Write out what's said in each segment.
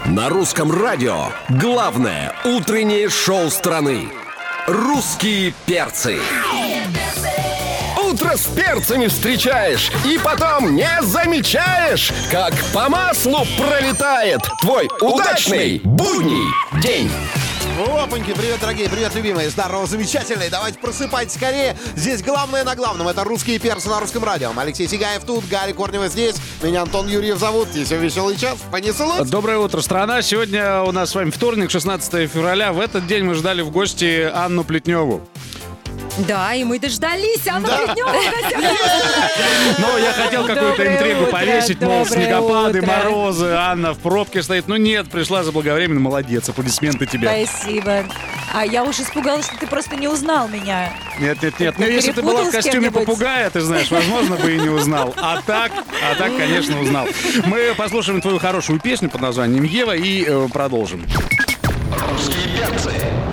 На русском радио главное утреннее шоу страны. «Русские перцы». Утро с перцами встречаешь и потом не замечаешь, как по маслу пролетает твой удачный будний день. Опаньки, привет, дорогие, привет, любимые, здорово, замечательные. Давайте просыпайтесь скорее. Здесь главное на главном. Это «Русские перцы» на русском радио. Алексей Сигаев тут, Галя Корнева здесь. Меня Антон Юрьев зовут. Здесь веселый час. Понеслось. Доброе утро, страна. Сегодня у нас с вами вторник, 16 февраля. В этот день мы ждали в гости Анну Плетневу. Да, и мы дождались. Анна Плетнева. Но я хотел какую-то интригу повесить, мол, снегопады, морозы, Анна в пробке стоит. Ну нет, пришла заблаговременно, молодец, аплодисменты тебе. Спасибо. А я уж испугалась, что ты просто не узнал меня. Нет. Ну если ты была в костюме попугая, ты знаешь, возможно, бы и не узнал. А так, конечно, узнал. Мы послушаем твою хорошую песню под названием «Ева» и продолжим. «Русские перцы».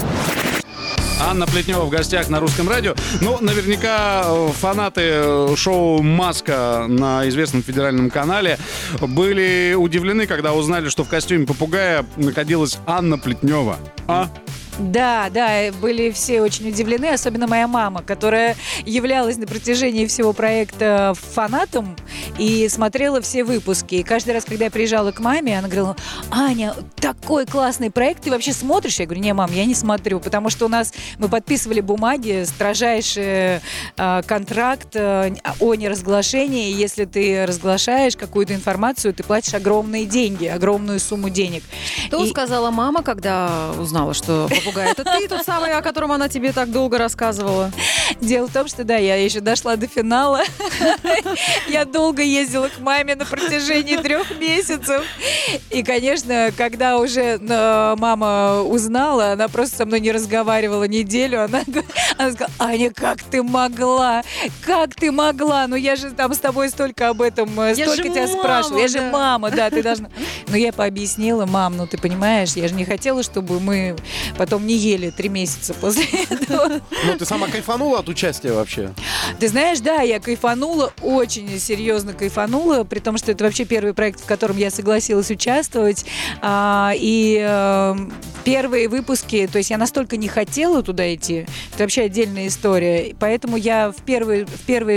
Анна Плетнева в гостях на русском радио. Ну, наверняка фанаты шоу «Маска» на известном федеральном канале были удивлены, когда узнали, что в костюме попугая находилась Анна Плетнева. Да, были все очень удивлены, особенно моя мама, которая являлась на протяжении всего проекта фанатом и смотрела все выпуски. И каждый раз, когда я приезжала к маме, она говорила: «Аня, такой классный проект, ты вообще смотришь?» Я говорю: «Не, мам, я не смотрю», потому что мы подписывали бумаги, строжайший контракт о неразглашении. И если ты разглашаешь какую-то информацию, ты платишь огромные деньги, огромную сумму денег. Что сказала мама, когда узнала, что попугай — это ты, тот самый, о котором она тебе так долго рассказывала? Дело в том, что да, я еще дошла до финала. Я долго ездила к маме на протяжении 3 месяцев. И, конечно, когда уже мама узнала, она просто со мной не разговаривала неделю. Она сказала: «Аня, как ты могла? Как ты могла? Ну я же там с тобой столько об этом, столько тебя спрашивала. Я же мама, да, ты должна». Но я пообъяснила: «Мам, ну ты понимаешь, я же не хотела, чтобы мы потом не ели 3 месяца после этого». Ну, ты сама кайфанула от участия вообще? Ты знаешь, да, я кайфанула, очень серьезно кайфанула, при том, что это вообще первый проект, в котором я согласилась участвовать. Первые выпуски, то есть я настолько не хотела туда идти, это вообще отдельная история, поэтому я в первом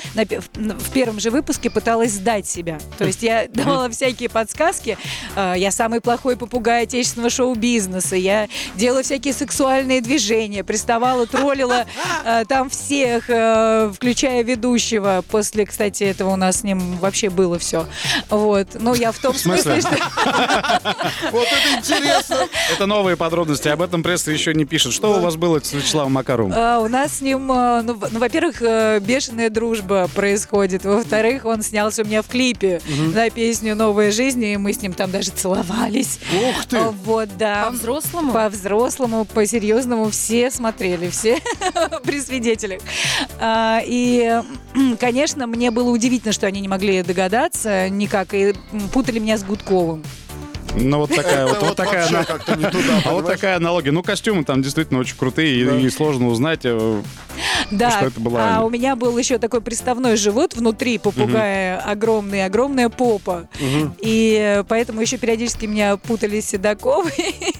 же выпуске пыталась сдать себя. То есть я давала всякие подсказки. Я самый плохой попугай отечественного шоу-бизнеса, я делала всякие сексуальные движения, приставала, троллила там всех, включая ведущего. После, кстати, этого у нас с ним вообще было все. Вот. Ну, я в том смысле, что... Вот это интересно. Это новые подробности, об этом пресса еще не пишет. Что у вас было с Вячеславом Макаровым? У нас с ним, во-первых, бешеная дружба происходит. Во-вторых, он снялся у меня в клипе на песню «Новая жизнь», и мы с ним там даже целовались. Ух ты! Вот, да. По-взрослому? По-взрослому, по-серьезному все смотрели, все при свидетелях. И, конечно, мне было удивительно, что они не могли догадаться никак, и путали меня с Гудковым. Ну, вот такая вообще как-то не туда, вот такая аналогия. Ну, костюмы там действительно очень крутые, и сложно узнать, что это была. У меня был еще такой приставной живот внутри попугая, огромная попа. И поэтому еще периодически меня путали с Седаковой.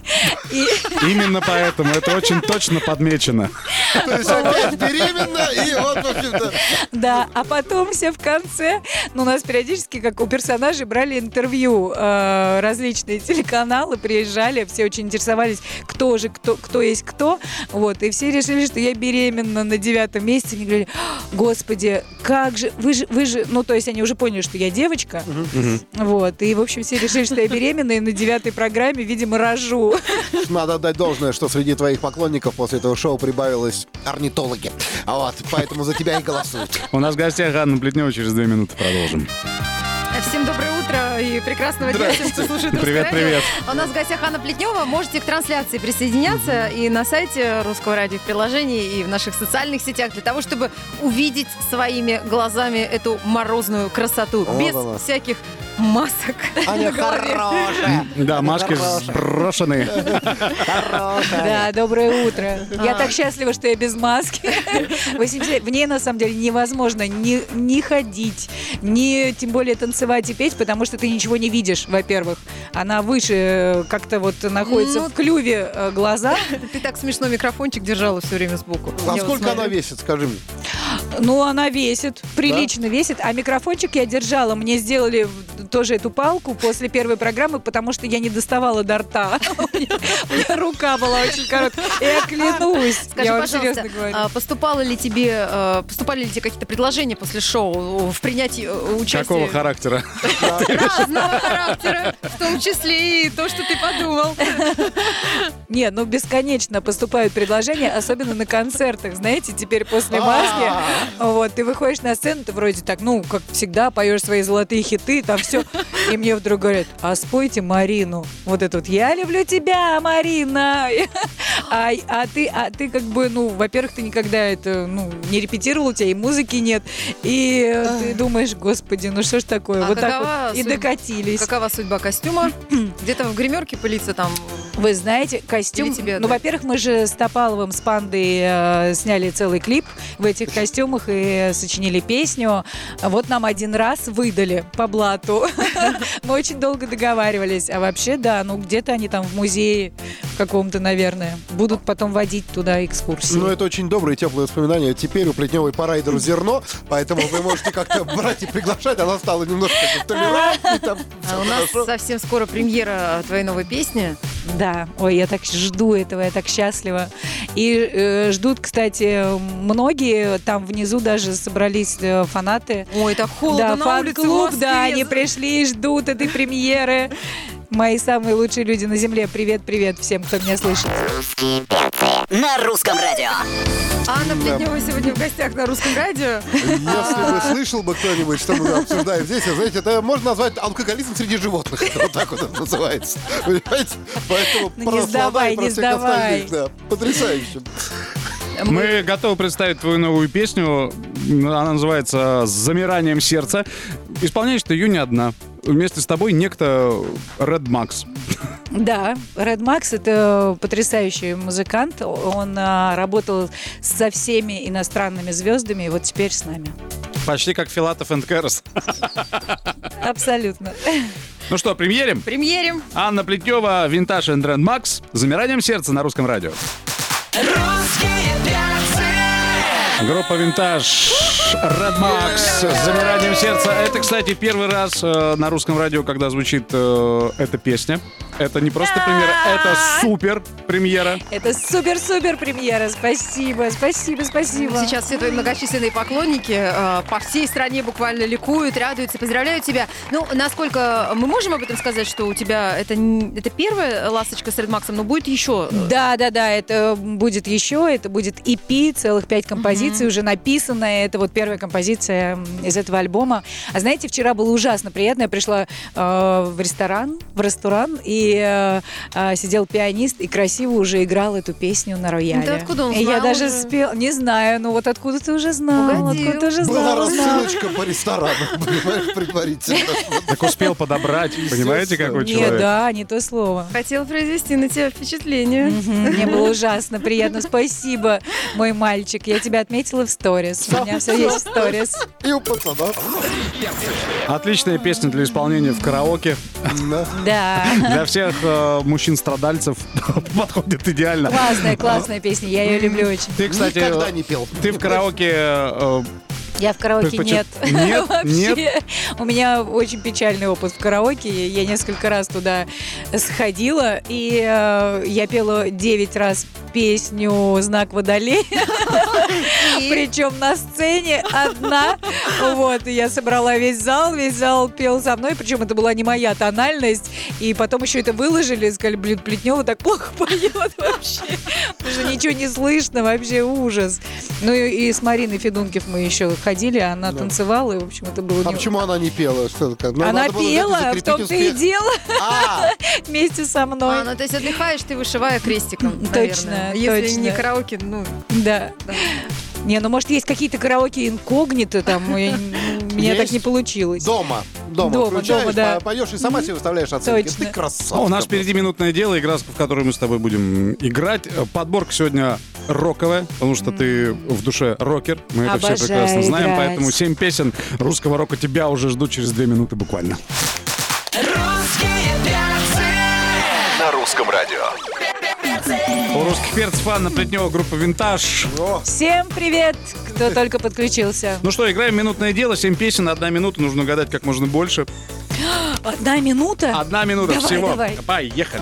Именно поэтому это очень точно подмечено. То есть опять беременна, и вот, в общем-то... Да, а потом все в конце, у нас периодически, как у персонажей, брали интервью различные телеканалы, приезжали, все очень интересовались, кто есть кто. Вот, и все решили, что я беременна на 9-м месяце. Они говорили: «Господи, как же, вы же, ну, то есть они уже поняли, что я девочка. Вот, и, в общем, все решили, что я беременна, и на 9-й программе, видимо, рожу. Надо отдать должное, что среди твоих поклонников после этого шоу прибавилось орнитологи. Вот, поэтому за тебя и голосуют. У нас в гостях Анна Плетнева, через 2 минуты продолжим. Всем доброе утро и прекрасного дня всем, кто слушает «Русское радио». Привет. У нас в гостях Анна Плетнева. Можете к трансляции присоединяться и на сайте Русского радио, в приложении, и в наших социальных сетях, для того, чтобы увидеть своими глазами эту морозную красоту. Вот без она. всяких масок Аня на голове. хорошая. Да, маски Хорошая. сброшены. Хорошая. Да, доброе утро. Я так счастлива, что я без маски. В ней, на самом деле, невозможно ни ходить, ни тем более танцевать и петь, потому что ты ничего не видишь, во-первых. Она выше как-то вот находится в клюве глаза. Ты так смешно микрофончик держала все время сбоку. А Я вот сколько смотрю. она весит, скажи мне? Ну, она весит, прилично весит. А микрофончик я держала. Мне сделали тоже эту палку после первой программы, потому что я не доставала до рта. У меня рука была очень короткая. Я клянусь. Скажи, Я вам пожалуйста, серьезно говорю. поступали ли тебе какие-то предложения после шоу в принятии участия? Какого характера? Разного характера, в том числе и то, что ты подумал. Нет, ну бесконечно поступают предложения, особенно на концертах, знаете, теперь после маски. Вот, ты выходишь на сцену, ты вроде так, ну, как всегда, поешь свои золотые хиты, там все. И мне вдруг говорят, а спойте Марину. Вот это вот, я люблю тебя, Марина. А ты как бы, ну, во-первых, ты никогда это, ну, не репетировал, у тебя и музыки нет. И ты думаешь, господи, ну что ж такое? А Вот так какова вот и судьба? докатились. Какова судьба костюма? Где-то в гримерке пылится там. Вы знаете, костюм... Или тебе ну, отдать? во-первых, мы же с Топаловым, с Пандой сняли целый клип в этих костюмах и сочинили песню. Вот нам один раз выдали по блату. Мы очень долго договаривались. А вообще, да, ну где-то они там в музее каком-то, наверное. Будут потом водить туда экскурсии. Ну, это очень добрые, теплые воспоминания. Теперь у Плетневой по райдеру зерно, поэтому вы можете как-то брать и приглашать. Она стала немножко толерантной. Там А всё у нас хорошо. совсем скоро премьера твоей новой песни. Да, ой, я так жду этого, я так счастлива. И ждут, кстати, многие, там внизу даже собрались фанаты. Ой, так холодно Да, на улице в фан-клуб, Москве. да, они пришли и ждут этой премьеры. Мои самые лучшие люди на земле. Привет-привет всем, кто меня слышит. На русском радио. Анна Плетнева сегодня в гостях на русском радио. Если бы слышал бы кто-нибудь, что мы обсуждаем здесь, знаете, это можно назвать алкоголизм среди животных. Это вот так вот это называется. Понимаете? Поэтому Ну, про не слона сдавай, и про не всех сдавай. остальных, да, потрясающе. Мы готовы представить твою новую песню. Она называется «С замиранием сердца». Исполняешь ты ее не одна. Вместе с тобой некто Red Max. Да, Red Max — это потрясающий музыкант. Он работал со всеми иностранными звездами, и вот теперь с нами. Почти как Филатов энд Кэрос. Абсолютно. Ну что, премьерим? Премьерим. Анна Плетнева, Винтаж энд Red Max. «С замиранием сердца» на русском радио. Группа «Винтаж», Red Max, «С замиранием сердца». Это, кстати, первый раз на русском радио, когда звучит эта песня. Это не просто премьера, это супер премьера. Это супер-супер премьера. Спасибо, спасибо, спасибо. Сейчас все твои многочисленные поклонники по всей стране буквально ликуют, радуются, поздравляют тебя. Ну, насколько мы можем об этом сказать, что у тебя это первая ласточка с Red Max'ом, но будет еще? Да, это будет еще, это будет EP, целых 5 композиций уже написано. Это вот первая композиция из этого альбома. А знаете, вчера было ужасно приятно. Я пришла в ресторан, и сидел пианист и красиво уже играл эту песню на рояле. Да откуда он И я знал даже уже? спела, не знаю, ну вот откуда ты уже знал, Угодил. откуда ты уже Была знал. рассылочка по ресторанам, понимаешь, предварительно. Так успел подобрать, понимаете, какой Нет, человек? да, не то слово. Хотела произвести на тебя впечатление. Мне было ужасно приятно. Спасибо, мой мальчик. Я тебя отметила в сторис. У меня все есть в сторис. И у пацана. Отличная песня для исполнения в караоке. Да. Для всех мужчин-страдальцев подходит идеально. Классная песня. Я ее люблю очень. Ты, кстати, Никогда не пел. ты в караоке... Я в караоке нет. Нет? Вообще. У меня очень печальный опыт в караоке. Я несколько раз туда сходила, и я пела 9 раз песню «Знак Водолея». Причем на сцене одна. Вот, и я собрала весь зал пел со мной. Причем это была не моя тональность. И потом еще это выложили, сказали, блин, Плетнева так плохо поет вообще. Уже ничего не слышно, вообще ужас. Ну и с Мариной Федункив мы еще ходили, она танцевала, и, в общем, это было... А почему она не пела? Что это? Ну, Она надо было пела, закрепить в том-то и успех. дело, А, вместе со мной. Ну то есть отдыхаешь ты, вышивая крестиком, Точно, наверное. Если точно. не караоке, ну... Да. Да. Не, ну может есть какие-то караоке инкогнито там, у меня Есть. так не получилось. дома. дома включаешь, да. поешь и сама себе выставляешь оценки. Точно. Ты красавчик. У нас впереди минутное дело, игра, в которую мы с тобой будем играть. Подборка сегодня роковая, потому что ты в душе рокер. Мы это все Обожаю прекрасно знаем, играть. поэтому 7 песен русского рока тебя уже ждут через 2 минуты буквально. На русском радио. У русских перцев Анна Плетнева, группа «Винтаж». Всем привет, кто только подключился. Ну что, играем минутное дело, 7 песен, 1 минута, нужно угадать как можно больше. 1 минута? 1 минута Давай, всего. давай. Поехали.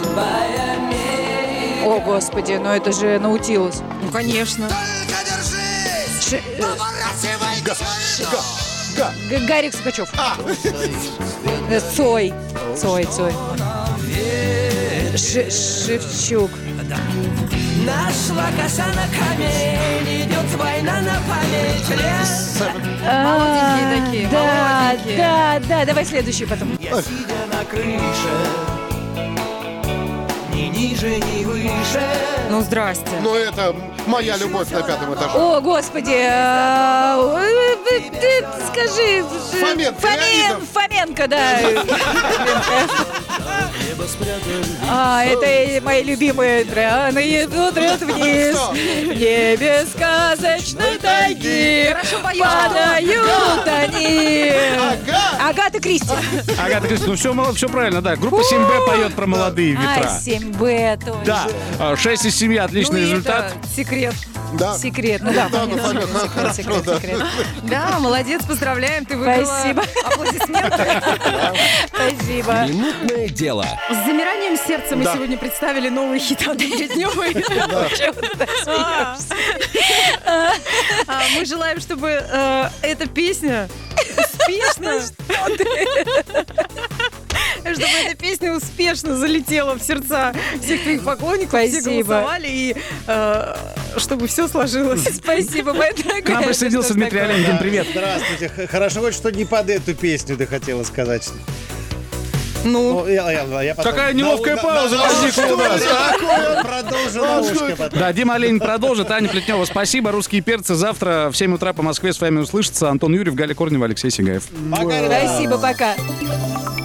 О, господи, ну это же Наутилус. Ну, конечно. Гарик Сукачев. Цой. Шевчук. Нашла коса на камень, идет война на память. Молоденькие такие, молоденькие. Да, давай следующий потом. Я сидя на крыше, ни ниже, ни выше. Ну, здрасте. Ну, это моя любовь на 5-м этаже. О, господи, ты скажи. Фоменко, Леонидов. Фоменко, да. Это мои любимые дряные идут вниз. Что? В небе сказочной тайги Хорошо поешь. падают они. Агата Кристи. Агата Кристи, ну все правильно, да. Группа 7Б поет про молодые ветра. 7Б тоже. Да, 6 из 7, отличный Ну, и результат. это секрет. Да. Секрет. Ну да, Да, ну, Фоменко, секрет. Да, молодец, поздравляем, ты выиграла Спасибо. аплодисменты. Спасибо. Минутное дело. С замиранием сердца мы сегодня представили новый хит Андрея Плетневой. Мы желаем, чтобы эта песня успешно залетела в сердца всех твоих поклонников, все Спасибо. голосовали, и чтобы все сложилось. Спасибо, моя дорогая. К нам присоединился Что Дмитрий такое? Оленькин, привет. Здравствуйте. Хорошо, хоть что не под эту песню ты хотела сказать. Ну, Ну, я потом... Какая неловкая пауза возникла у нас. Продолжу на ушко потом. Да, Дима Олень продолжит. Аня Плетнева, спасибо. Русские перцы. Завтра в 7 утра по Москве с вами услышится Антон Юрьев, Галя Корнева, Алексей Сигаев. Пока, ребята. Спасибо, пока.